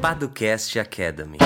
Paducast Academy.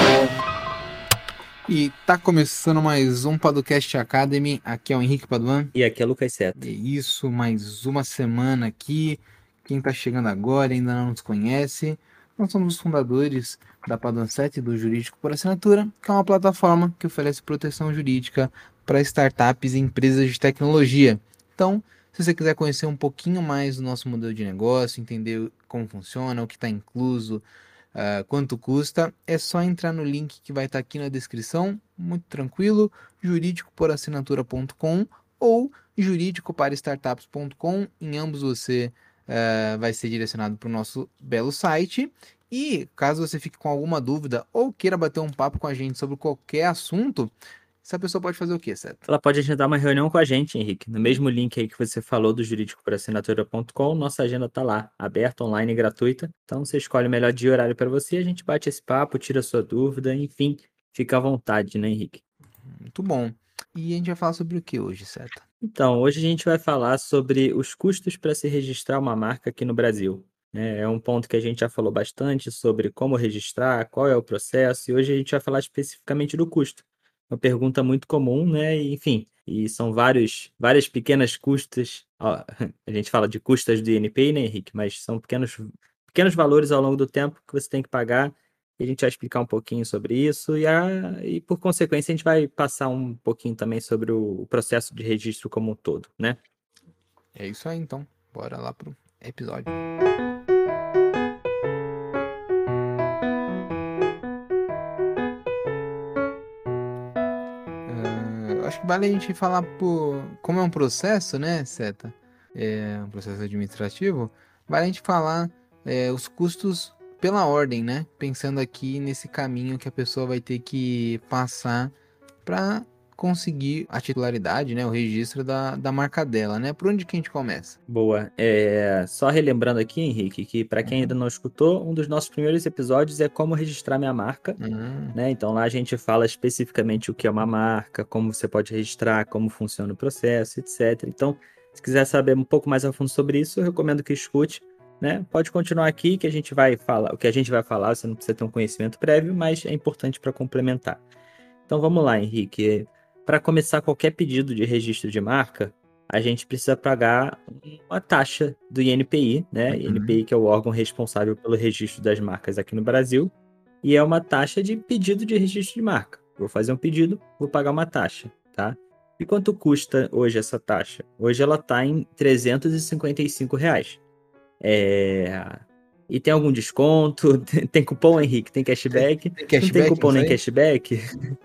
E tá começando mais um Paducast Academy. Aqui é o Henrique Paduan. E aqui é o Lucas Seto. É isso, mais uma semana aqui. Quem tá chegando agora ainda não nos conhece. Nós somos os fundadores da Paduan 7, do Jurídico por Assinatura, que é uma plataforma que oferece proteção jurídica para startups e empresas de tecnologia. Então, se você quiser conhecer um pouquinho mais do nosso modelo de negócio, entender como funciona, o que está incluso, quanto custa, é só entrar no link que vai estar aqui na descrição, muito tranquilo, juridicoporassinatura.com ou juridicoparastartups.com. Em ambos você vai ser direcionado para o nosso belo site. E caso você fique com alguma dúvida ou queira bater um papo com a gente sobre qualquer assunto, essa pessoa pode fazer o quê, Seto? Ela pode agendar uma reunião com a gente, Henrique. No mesmo link aí que você falou do juridicoporassinatura.com, nossa agenda tá lá, aberta, online e gratuita. Então você escolhe o melhor dia e horário para você, a gente bate esse papo, tira a sua dúvida, enfim, fica à vontade, né, Henrique? Muito bom. E a gente vai falar sobre o que hoje, Seto? Então, hoje a gente vai falar sobre os custos para se registrar uma marca aqui no Brasil. É um ponto que a gente já falou bastante sobre como registrar, qual é o processo, e hoje a gente vai falar especificamente do custo. Uma pergunta muito comum, né? E, enfim, e são várias pequenas custas. Ó, a gente fala de custas do INPI, né, Henrique? Mas são pequenos valores ao longo do tempo que você tem que pagar. E a gente vai explicar um pouquinho sobre isso e por consequência, a gente vai passar um pouquinho também sobre o processo de registro como um todo, né? É isso aí, então. Bora lá pro episódio. Eu acho que vale a gente falar como é um processo, né, Seta? É um processo administrativo. Vale a gente falar os custos pela ordem, né? Pensando aqui nesse caminho que a pessoa vai ter que passar para conseguir a titularidade, né? O registro da marca dela, né? Por onde que a gente começa? Boa. Só relembrando aqui, Henrique, que para quem ainda não escutou, um dos nossos primeiros episódios é como registrar minha marca, né? Então lá a gente fala especificamente o que é uma marca, como você pode registrar, como funciona o processo, etc. Então, se quiser saber um pouco mais a fundo sobre isso, eu recomendo que escute, né? Pode continuar aqui que a gente vai falar, o que a gente vai falar, você não precisa ter um conhecimento prévio, mas é importante para complementar. Então vamos lá, Henrique. Para começar qualquer pedido de registro de marca, a gente precisa pagar uma taxa do INPI, né? INPI, que é o órgão responsável pelo registro das marcas aqui no Brasil, e é uma taxa de pedido de registro de marca. Vou fazer um pedido, vou pagar uma taxa, tá? E quanto custa hoje essa taxa? Hoje ela está em R$ 355. E tem algum desconto? Tem cupom, Henrique? Tem cashback? Tem cashback, não tem cupom não nem sei? cashback?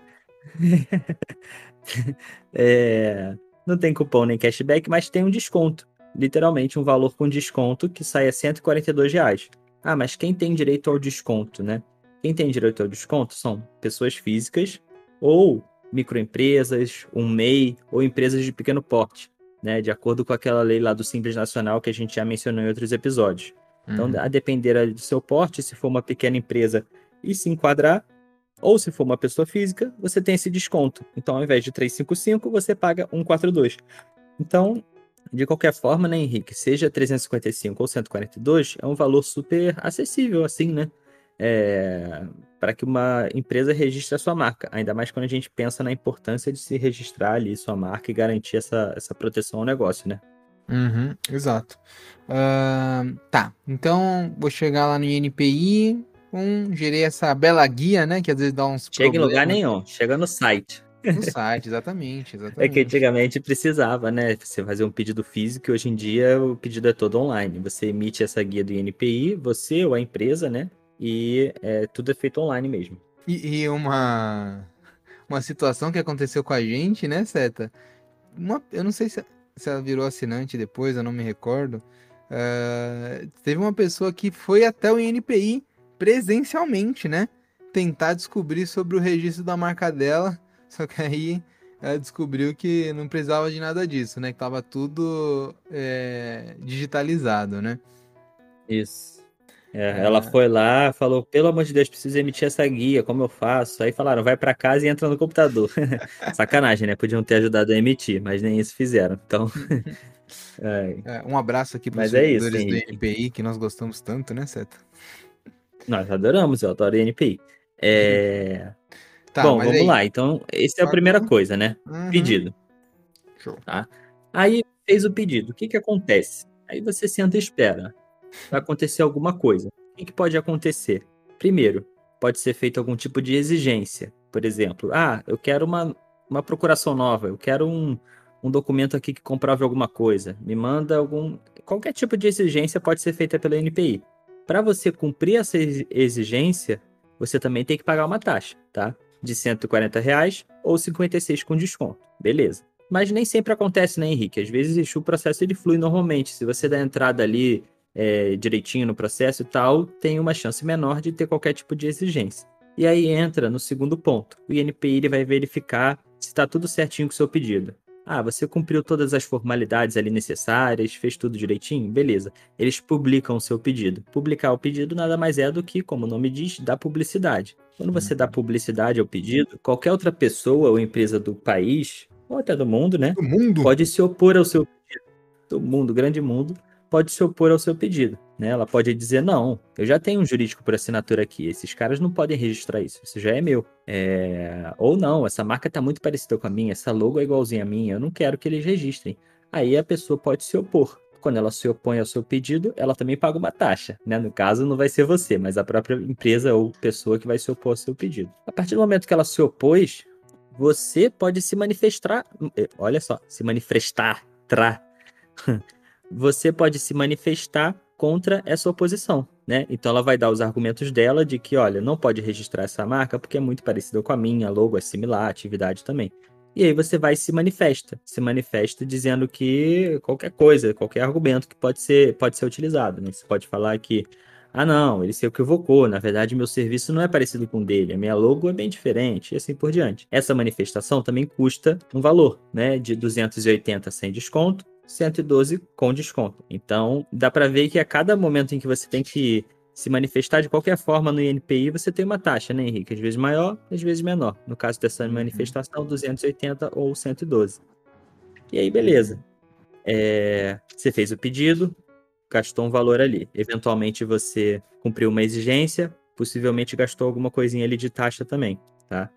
Não tem cupom nem cashback, mas tem um desconto. Literalmente um valor com desconto que sai a R$ 142. Ah, mas quem tem direito ao desconto, né? Quem tem direito ao desconto são pessoas físicas ou microempresas, um MEI ou empresas de pequeno porte, né? De acordo com aquela lei lá do Simples Nacional que a gente já mencionou em outros episódios. Então, a depender do seu porte, se for uma pequena empresa e se enquadrar, ou se for uma pessoa física, você tem esse desconto. Então, ao invés de 355, você paga 142. Então, de qualquer forma, né, Henrique? Seja 355 ou 142, é um valor super acessível, assim, né? Para que uma empresa registre a sua marca. Ainda mais quando a gente pensa na importância de se registrar ali sua marca e garantir essa proteção ao negócio, né? Exato. Tá, então vou chegar lá no INPI, gerei essa bela guia, né? Que às vezes dá uns Chega em lugar problemas nenhum, chega no site. no site, exatamente. É que antigamente precisava, né? Você fazer um pedido físico e hoje em dia o pedido é todo online. Você emite essa guia do INPI, você ou a empresa, né? E tudo é feito online mesmo. E uma situação que aconteceu com a gente, né, Seta? Eu não sei se ela virou assinante depois, eu não me recordo. Teve uma pessoa que foi até o INPI presencialmente, né? Tentar descobrir sobre o registro da marca dela. Só que aí ela descobriu que não precisava de nada disso, né? Que tava tudo digitalizado, né? Isso. Ela foi lá, falou, pelo amor de Deus, preciso emitir essa guia, como eu faço? Aí falaram, vai pra casa e entra no computador. Sacanagem, né? Podiam ter ajudado a emitir, mas nem isso fizeram. Então, Um abraço aqui para os mas é isso, servidores do Henrique. INPI, que nós gostamos tanto, né, Seta? Nós adoramos, eu adoro INPI. Tá, Bom, mas vamos aí, lá. Então, essa é a primeira pagou? coisa, né? Uhum. Pedido, Show. tá? Aí fez o pedido. O que que acontece? Aí você senta e espera. Vai acontecer alguma coisa. O que que pode acontecer? Primeiro, pode ser feito algum tipo de exigência. Por exemplo, eu quero uma procuração nova, eu quero um documento aqui que comprove alguma coisa. Me manda algum. Qualquer tipo de exigência pode ser feita pela NPI. Para você cumprir essa exigência, você também tem que pagar uma taxa, tá? De R$ 140 ou 56 com desconto. Beleza. Mas nem sempre acontece, né, Henrique? Às vezes o processo ele flui normalmente. Se você dá entrada ali direitinho no processo e tal, tem uma chance menor de ter qualquer tipo de exigência. E aí entra no segundo ponto. O INPI ele vai verificar se está tudo certinho com o seu pedido. Você cumpriu todas as formalidades ali necessárias, fez tudo direitinho? Beleza. Eles publicam o seu pedido. Publicar o pedido nada mais é do que, como o nome diz, dar publicidade. Quando você dá Uhum. publicidade ao pedido, qualquer outra pessoa ou empresa do país, ou até do mundo, né, Do mundo? pode se opor ao seu do mundo, grande mundo, pode se opor ao seu pedido, né? Ela pode dizer, não, eu já tenho um jurídico por assinatura aqui, esses caras não podem registrar isso já é meu. Ou não, essa marca está muito parecida com a minha, essa logo é igualzinha a minha, eu não quero que eles registrem. Aí a pessoa pode se opor. Quando ela se opõe ao seu pedido, ela também paga uma taxa, né? No caso, não vai ser você, mas a própria empresa ou pessoa que vai se opor ao seu pedido. A partir do momento que ela se opôs, você pode se manifestar, olha só, se manifestar, você pode se manifestar contra essa oposição, né? Então ela vai dar os argumentos dela de que, olha, não pode registrar essa marca porque é muito parecida com a minha, a logo é similar, a atividade também. E aí você vai e se manifesta dizendo que qualquer coisa, qualquer argumento que pode ser utilizado, né? Você pode falar que, não, ele se equivocou, na verdade meu serviço não é parecido com o dele, a minha logo é bem diferente, e assim por diante. Essa manifestação também custa um valor, né, de 280 sem desconto, 112 com desconto. Então, dá para ver que a cada momento em que você tem que se manifestar de qualquer forma no INPI, você tem uma taxa, né, Henrique? Às vezes maior, às vezes menor. No caso dessa Uhum. manifestação, 280 ou 112. E aí, beleza. Você fez o pedido, gastou um valor ali. Eventualmente você cumpriu uma exigência, possivelmente gastou alguma coisinha ali de taxa também, tá?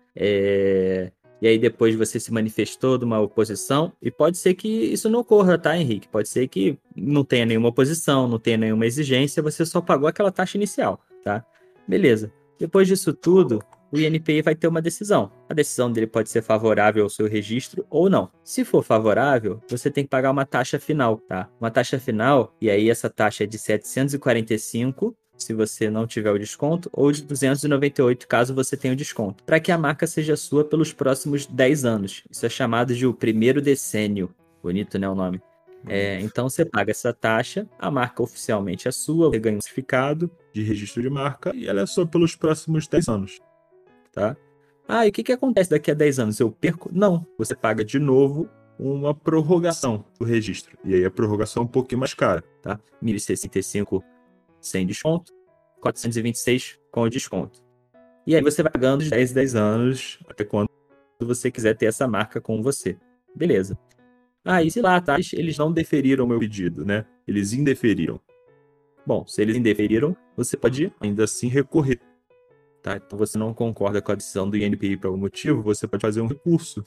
E aí depois você se manifestou de uma oposição, e pode ser que isso não ocorra, tá, Henrique? Pode ser que não tenha nenhuma oposição, não tenha nenhuma exigência, você só pagou aquela taxa inicial, tá? Beleza. Depois disso tudo, o INPI vai ter uma decisão. A decisão dele pode ser favorável ao seu registro ou não. Se for favorável, você tem que pagar uma taxa final, tá? Uma taxa final, e aí essa taxa é de 745, se você não tiver o desconto, ou de 298, caso você tenha o desconto, para que a marca seja sua pelos próximos 10 anos. Isso é chamado de o primeiro decênio. Bonito, né, o nome? Bonito. Então você paga essa taxa, a marca oficialmente é sua, você ganha um certificado de registro de marca e ela é sua pelos próximos 10 anos, tá? E o que que acontece daqui a 10 anos? Eu perco? Não, você paga de novo uma prorrogação do registro. E aí a prorrogação é um pouquinho mais cara, tá? 1.065 sem desconto, 426 com o desconto. E aí você vai pagando de 10 em 10 anos até quando você quiser ter essa marca com você. Beleza. E se lá atrás eles não deferiram o meu pedido, né? Eles indeferiram. Bom, se eles indeferiram, você pode ainda assim recorrer, tá? Então você não concorda com a decisão do INPI por algum motivo, você pode fazer um recurso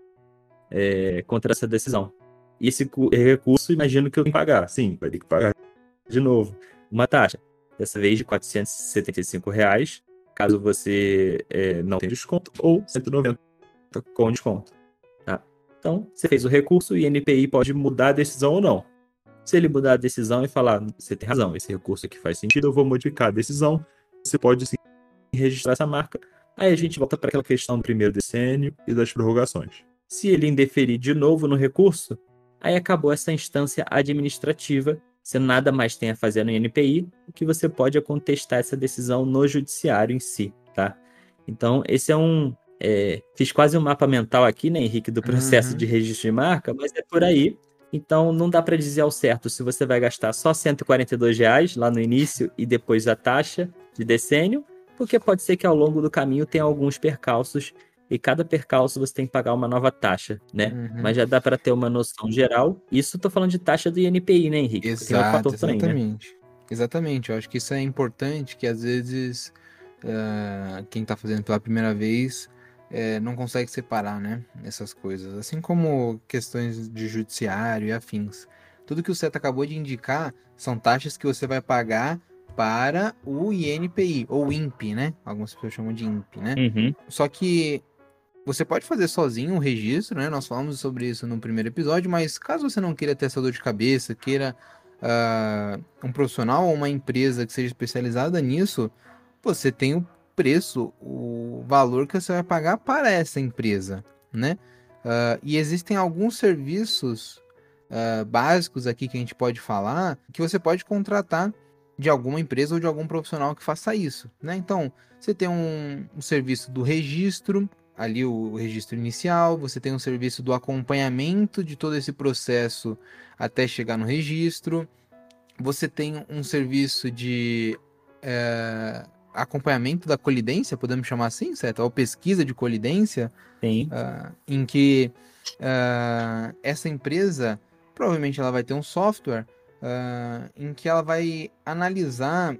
contra essa decisão. E esse recurso, imagino que eu tenho que pagar. Sim, vai ter que pagar de novo uma taxa. Dessa vez de R$ 475, caso você não tenha desconto, ou 190 com desconto. Tá? Então, você fez o recurso, o INPI pode mudar a decisão ou não. Se ele mudar a decisão e falar, você tem razão, esse recurso aqui faz sentido, eu vou modificar a decisão, você pode sim registrar essa marca. Aí a gente volta para aquela questão do primeiro decênio e das prorrogações. Se ele indeferir de novo no recurso, aí acabou essa instância administrativa, você nada mais tem a fazer no INPI, o que você pode é contestar essa decisão no judiciário em si, tá? Então, esse é fiz quase um mapa mental aqui, né, Henrique, do processo de Uhum. registro de marca, mas é por aí. Então, não dá para dizer ao certo se você vai gastar só R$ 142 lá no início e depois a taxa de decênio, porque pode ser que ao longo do caminho tenha alguns percalços e cada percalço você tem que pagar uma nova taxa, né? Mas Uhum. já dá para ter uma noção geral. Isso eu tô falando de taxa do INPI, né, Henrique? Porque tem outro Exato, fator também, né? exatamente. Exatamente, eu acho que isso é importante, que às vezes quem está fazendo pela primeira vez não consegue separar, né, essas coisas. Assim como questões de judiciário e afins. Tudo que o Seta acabou de indicar são taxas que você vai pagar para o INPI, ou INPE, né? Algumas pessoas chamam de INPE, né? Uhum. Só que você pode fazer sozinho o registro, né? Nós falamos sobre isso no primeiro episódio, mas caso você não queira ter essa dor de cabeça, queira um profissional ou uma empresa que seja especializada nisso, você tem o preço, o valor que você vai pagar para essa empresa, né? E existem alguns serviços básicos aqui que a gente pode falar que você pode contratar de alguma empresa ou de algum profissional que faça isso, né? Então, você tem um serviço do registro, ali o registro inicial, você tem um serviço do acompanhamento de todo esse processo até chegar no registro, você tem um serviço de acompanhamento da colidência, podemos chamar assim, certo? Ou pesquisa de colidência, Sim. em que essa empresa provavelmente ela vai ter um software em que ela vai analisar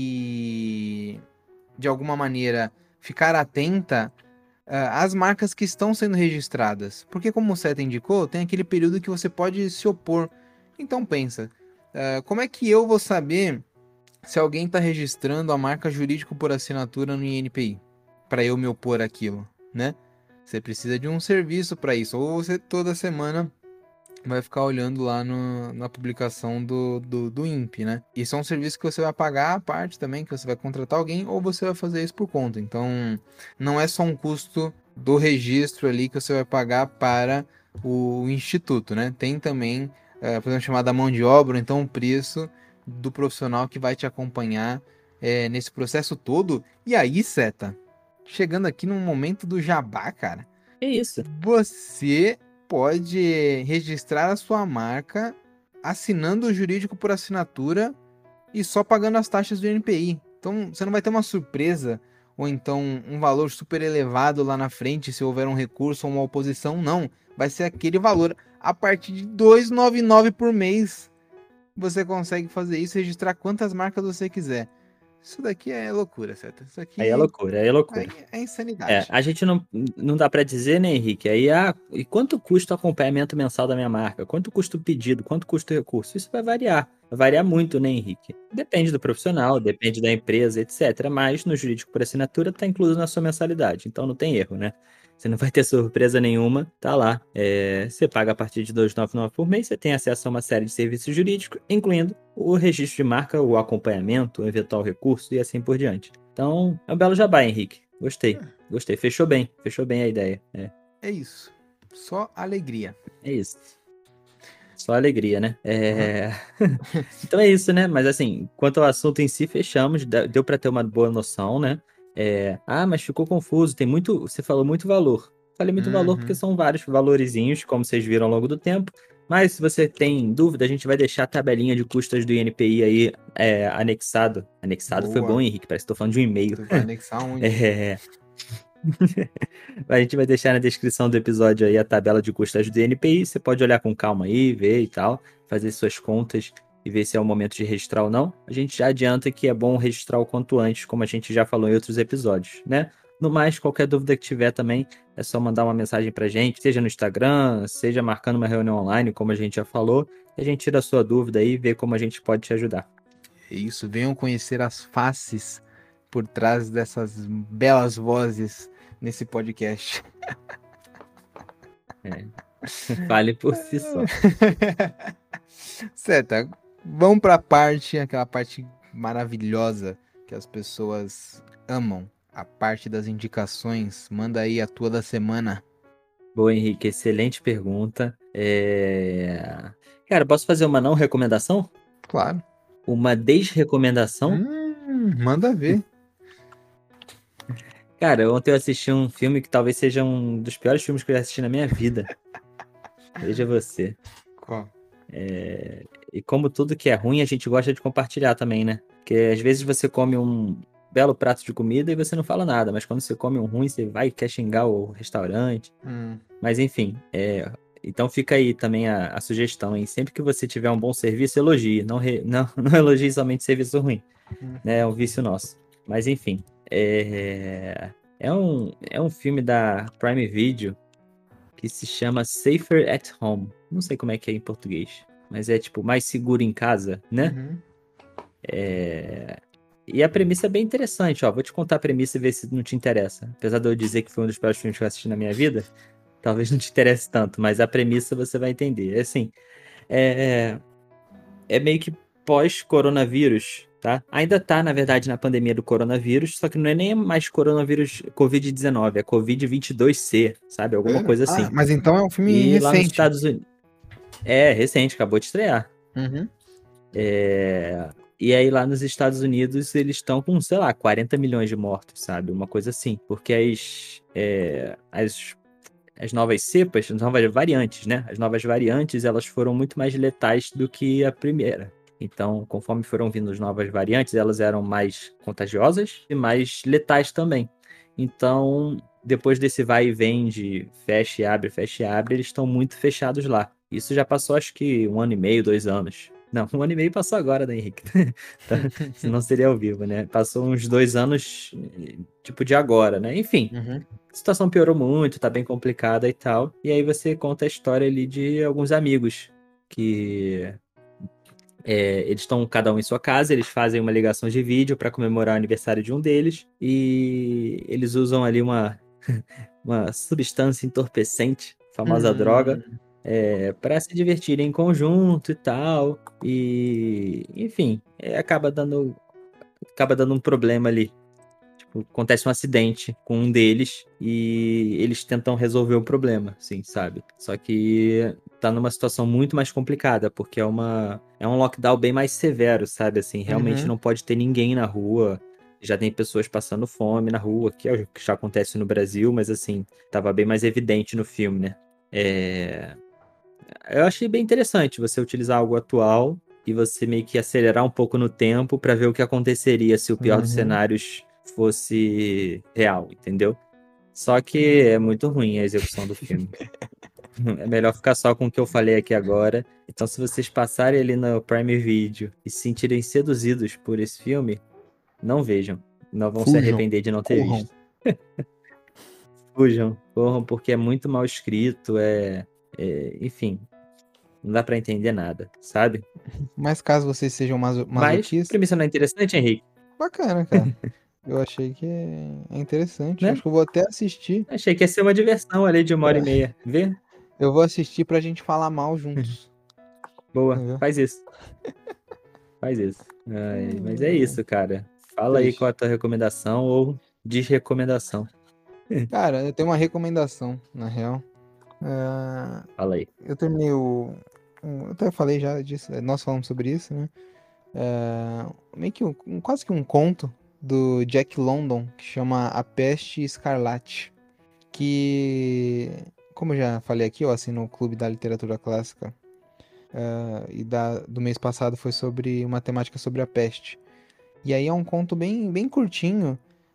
e de alguma maneira ficar atenta às marcas que estão sendo registradas. Porque como o Seta indicou, tem aquele período que você pode se opor. Então pensa, como é que eu vou saber se alguém está registrando a marca jurídico por assinatura no INPI, para eu me opor àquilo, né? Você precisa de um serviço para isso, ou você toda semana vai ficar olhando lá na publicação do INPE, né? Isso é um serviço que você vai pagar à parte também, que você vai contratar alguém, ou você vai fazer isso por conta. Então, não é só um custo do registro ali que você vai pagar para o instituto, né? Tem também, podemos chamar da mão de obra, então o preço do profissional que vai te acompanhar nesse processo todo. E aí, Seta, chegando aqui no momento do jabá, cara, É isso. você pode registrar a sua marca assinando o jurídico por assinatura e só pagando as taxas do INPI. Então, você não vai ter uma surpresa ou então um valor super elevado lá na frente se houver um recurso ou uma oposição, não. Vai ser aquele valor a partir de R$ 2,99 por mês. Você consegue fazer isso e registrar quantas marcas você quiser. Isso daqui é loucura, certo? Isso Aí é aqui loucura, aí é loucura. é insanidade. A gente não dá pra dizer, né, Henrique? Aí, e quanto custa o acompanhamento mensal da minha marca? Quanto custa o pedido? Quanto custa o recurso? Isso vai variar. Vai variar muito, né, Henrique? Depende do profissional, depende da empresa, etc. Mas no jurídico por assinatura tá incluso na sua mensalidade. Então não tem erro, né? Você não vai ter surpresa nenhuma, tá lá. Você paga a partir de R$ 2,99 por mês, você tem acesso a uma série de serviços jurídicos, incluindo o registro de marca, o acompanhamento, o eventual recurso e assim por diante. Então, é um belo jabá, Henrique. Gostei. Gostei, fechou bem a ideia. É isso. Só alegria. É isso. Só alegria, né? Uhum. Então é isso, né? Mas assim, quanto ao assunto em si, fechamos. Deu para ter uma boa noção, né? Mas ficou confuso. Tem muito. Você falou muito valor. Falei muito valor porque Uhum. são vários valorizinhos, como vocês viram ao longo do tempo. Mas se você tem dúvida, a gente vai deixar a tabelinha de custas do INPI aí anexado. Anexado foi bom, Boa. Henrique. Parece que estou falando de um e-mail. Tu vai anexar onde? É, A gente vai deixar na descrição do episódio aí a tabela de custas do NPI. Você pode olhar com calma aí, ver e tal, fazer suas contas e ver se é o momento de registrar ou não. A gente já adianta que é bom registrar o quanto antes, como a gente já falou em outros episódios, né? No mais, qualquer dúvida que tiver também, é só mandar uma mensagem pra gente, seja no Instagram, seja marcando uma reunião online, como a gente já falou, e a gente tira a sua dúvida aí e vê como a gente pode te ajudar. É isso. Venham conhecer as faces por trás dessas belas vozes nesse podcast. É, fale por si só. Certo. Vamos para aquela parte maravilhosa que as pessoas amam. A parte das indicações. Manda aí a tua da semana. Boa, Henrique, excelente pergunta. Cara, posso fazer uma não recomendação? Claro. Uma desrecomendação? Manda ver. Cara, ontem eu assisti um filme que talvez seja um dos piores filmes que eu já assisti na minha vida. Veja você. Qual? E como tudo que é ruim, a gente gosta de compartilhar também, né? Porque às vezes você come um belo prato de comida e você não fala nada, mas quando você come um ruim, você vai e quer xingar o restaurante. Mas enfim, Então fica aí também a sugestão, hein? Sempre que você tiver um bom serviço, elogie. Não elogie somente serviço ruim, né? É um vício nosso. Mas enfim, é um filme da Prime Video que se chama Safer at Home. Não sei como é que é em português, mas é tipo mais seguro em casa, né? Uhum. E a premissa é bem interessante, ó. Vou te contar a premissa e ver se não te interessa. Apesar de eu dizer que foi um dos piores filmes que eu assisti na minha vida, talvez não te interesse tanto, mas a premissa você vai entender. É assim, é, é meio que pós-coronavírus, tá? Ainda tá, na verdade, na pandemia do coronavírus, só que não é nem mais coronavírus Covid-19, é Covid-22C, sabe? Alguma Sério? coisa Ah, assim. mas então é um filme E lá nos recente. Estados Unidos. É, recente, acabou de estrear. Uhum. E aí lá nos Estados Unidos eles estão com, sei lá, 40 milhões de mortos, sabe? Uma coisa assim. Porque as novas cepas, as novas variantes, né? As novas variantes, elas foram muito mais letais do que a primeira. Então, conforme foram vindo as novas variantes, elas eram mais contagiosas e mais letais também. Então, depois desse vai e vem de fecha e abre, eles estão muito fechados lá. Isso já passou, acho que 1 ano e meio, 2 anos. Não, 1 ano e meio passou agora, né, Henrique? Tá? Senão seria ao vivo, né? Passou uns 2 anos, tipo, de agora, né? Enfim, Uhum. a situação piorou muito, tá bem complicada e tal. E aí você conta a história ali de alguns amigos que eles estão cada um em sua casa, eles fazem uma ligação de vídeo para comemorar o aniversário de um deles e eles usam ali uma substância entorpecente, famosa droga, Hum. para se divertirem em conjunto e tal. E, enfim, acaba dando um problema ali. Tipo, acontece um acidente com um deles e eles tentam resolver o problema, assim, sabe? Só que tá numa situação muito mais complicada, porque é um lockdown bem mais severo, sabe? Assim, realmente Uhum. não pode ter ninguém na rua. Já tem pessoas passando fome na rua, que é o que já acontece no Brasil, mas assim, tava bem mais evidente no filme, né? É... Eu achei bem interessante você utilizar algo atual e você meio que acelerar um pouco no tempo para ver o que aconteceria se o pior dos Uhum. cenários fosse real, entendeu? Só que é muito ruim a execução do filme. É melhor ficar só com o que eu falei aqui agora. Então, se vocês passarem ali no Prime Video e se sentirem seduzidos por esse filme, não vejam. Não vão se Fujam. arrepender de não ter Corram. visto. Fujam, corram, porque é muito mal escrito, enfim, não dá pra entender nada, sabe? Mas caso vocês sejam Mas, a masoquistas, premissa não é interessante, Henrique? bacana, cara. Eu achei que é interessante. Né? Acho que eu vou até assistir. Achei que ia ser uma diversão ali de 1 hora e meia. Vê? Eu vou assistir pra gente falar mal juntos. Boa, Entendeu? faz isso. Faz isso. Ai, mas é Hum, isso, cara. Fala aí qual é Fechou. a tua recomendação ou desrecomendação. Cara, eu tenho uma recomendação, na real. Fala aí. Eu terminei eu até falei já disso, nós falamos sobre isso, né? Meio que quase que um conto do Jack London que chama A Peste Escarlate. Que, como eu já falei aqui, eu assino o Clube da Literatura Clássica. Do mês passado foi sobre uma temática sobre a peste. E aí é um conto bem curtinho,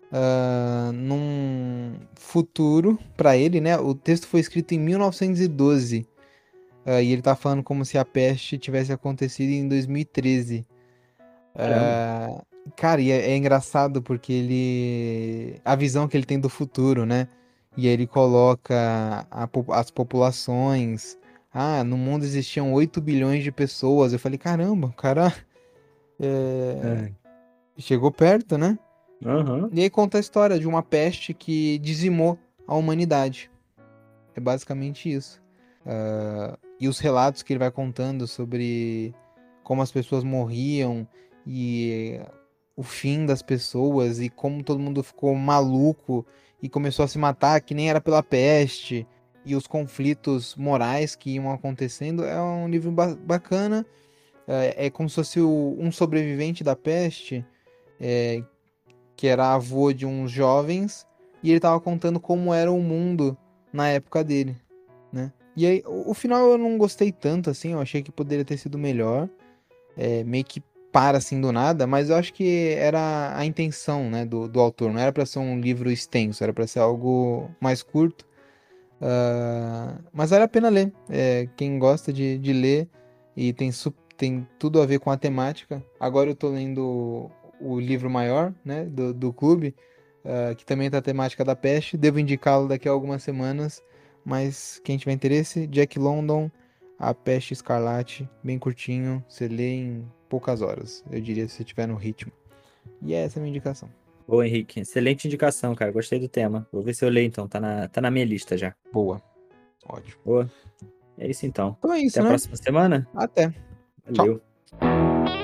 num futuro para ele, né? O texto foi escrito em 1912. E ele tá falando como se a peste tivesse acontecido em 2013. Caramba. Cara, e é engraçado porque a visão que ele tem do futuro, né? E aí ele coloca as populações. Ah, no mundo existiam 8 bilhões de pessoas. Eu falei, caramba, o cara Ai. chegou perto, né? Aham. E aí conta a história de uma peste que dizimou a humanidade. É basicamente isso. E os relatos que ele vai contando sobre como as pessoas morriam e o fim das pessoas e como todo mundo ficou maluco e começou a se matar, que nem era pela peste, e os conflitos morais que iam acontecendo. É um livro bacana. É como se fosse um sobrevivente da peste, que era avô de uns jovens, e ele tava contando como era o mundo na época dele, né? E aí, o final eu não gostei tanto, assim, eu achei que poderia ter sido melhor, meio que para assim do nada, mas eu acho que era a intenção, né, do autor, não era para ser um livro extenso, era para ser algo mais curto, Mas vale a pena ler. Quem gosta de ler e tem tudo a ver com a temática. Agora eu tô lendo o livro maior, né, do clube, que também tá a temática da peste. Devo indicá-lo daqui a algumas semanas. Mas quem tiver interesse, Jack London, A Peste Escarlate, bem curtinho. Você lê em poucas horas, eu diria, se você tiver no ritmo. E essa é a minha indicação. Boa, Henrique. Excelente indicação, cara. Gostei do tema. Vou ver se eu leio então. Tá na minha lista já. Boa, ótimo. Boa. É isso então. Então é Até isso, a né? próxima semana. Até. Tchau. Valeu.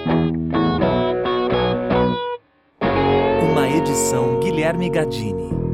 Uma edição Guilherme Gadini.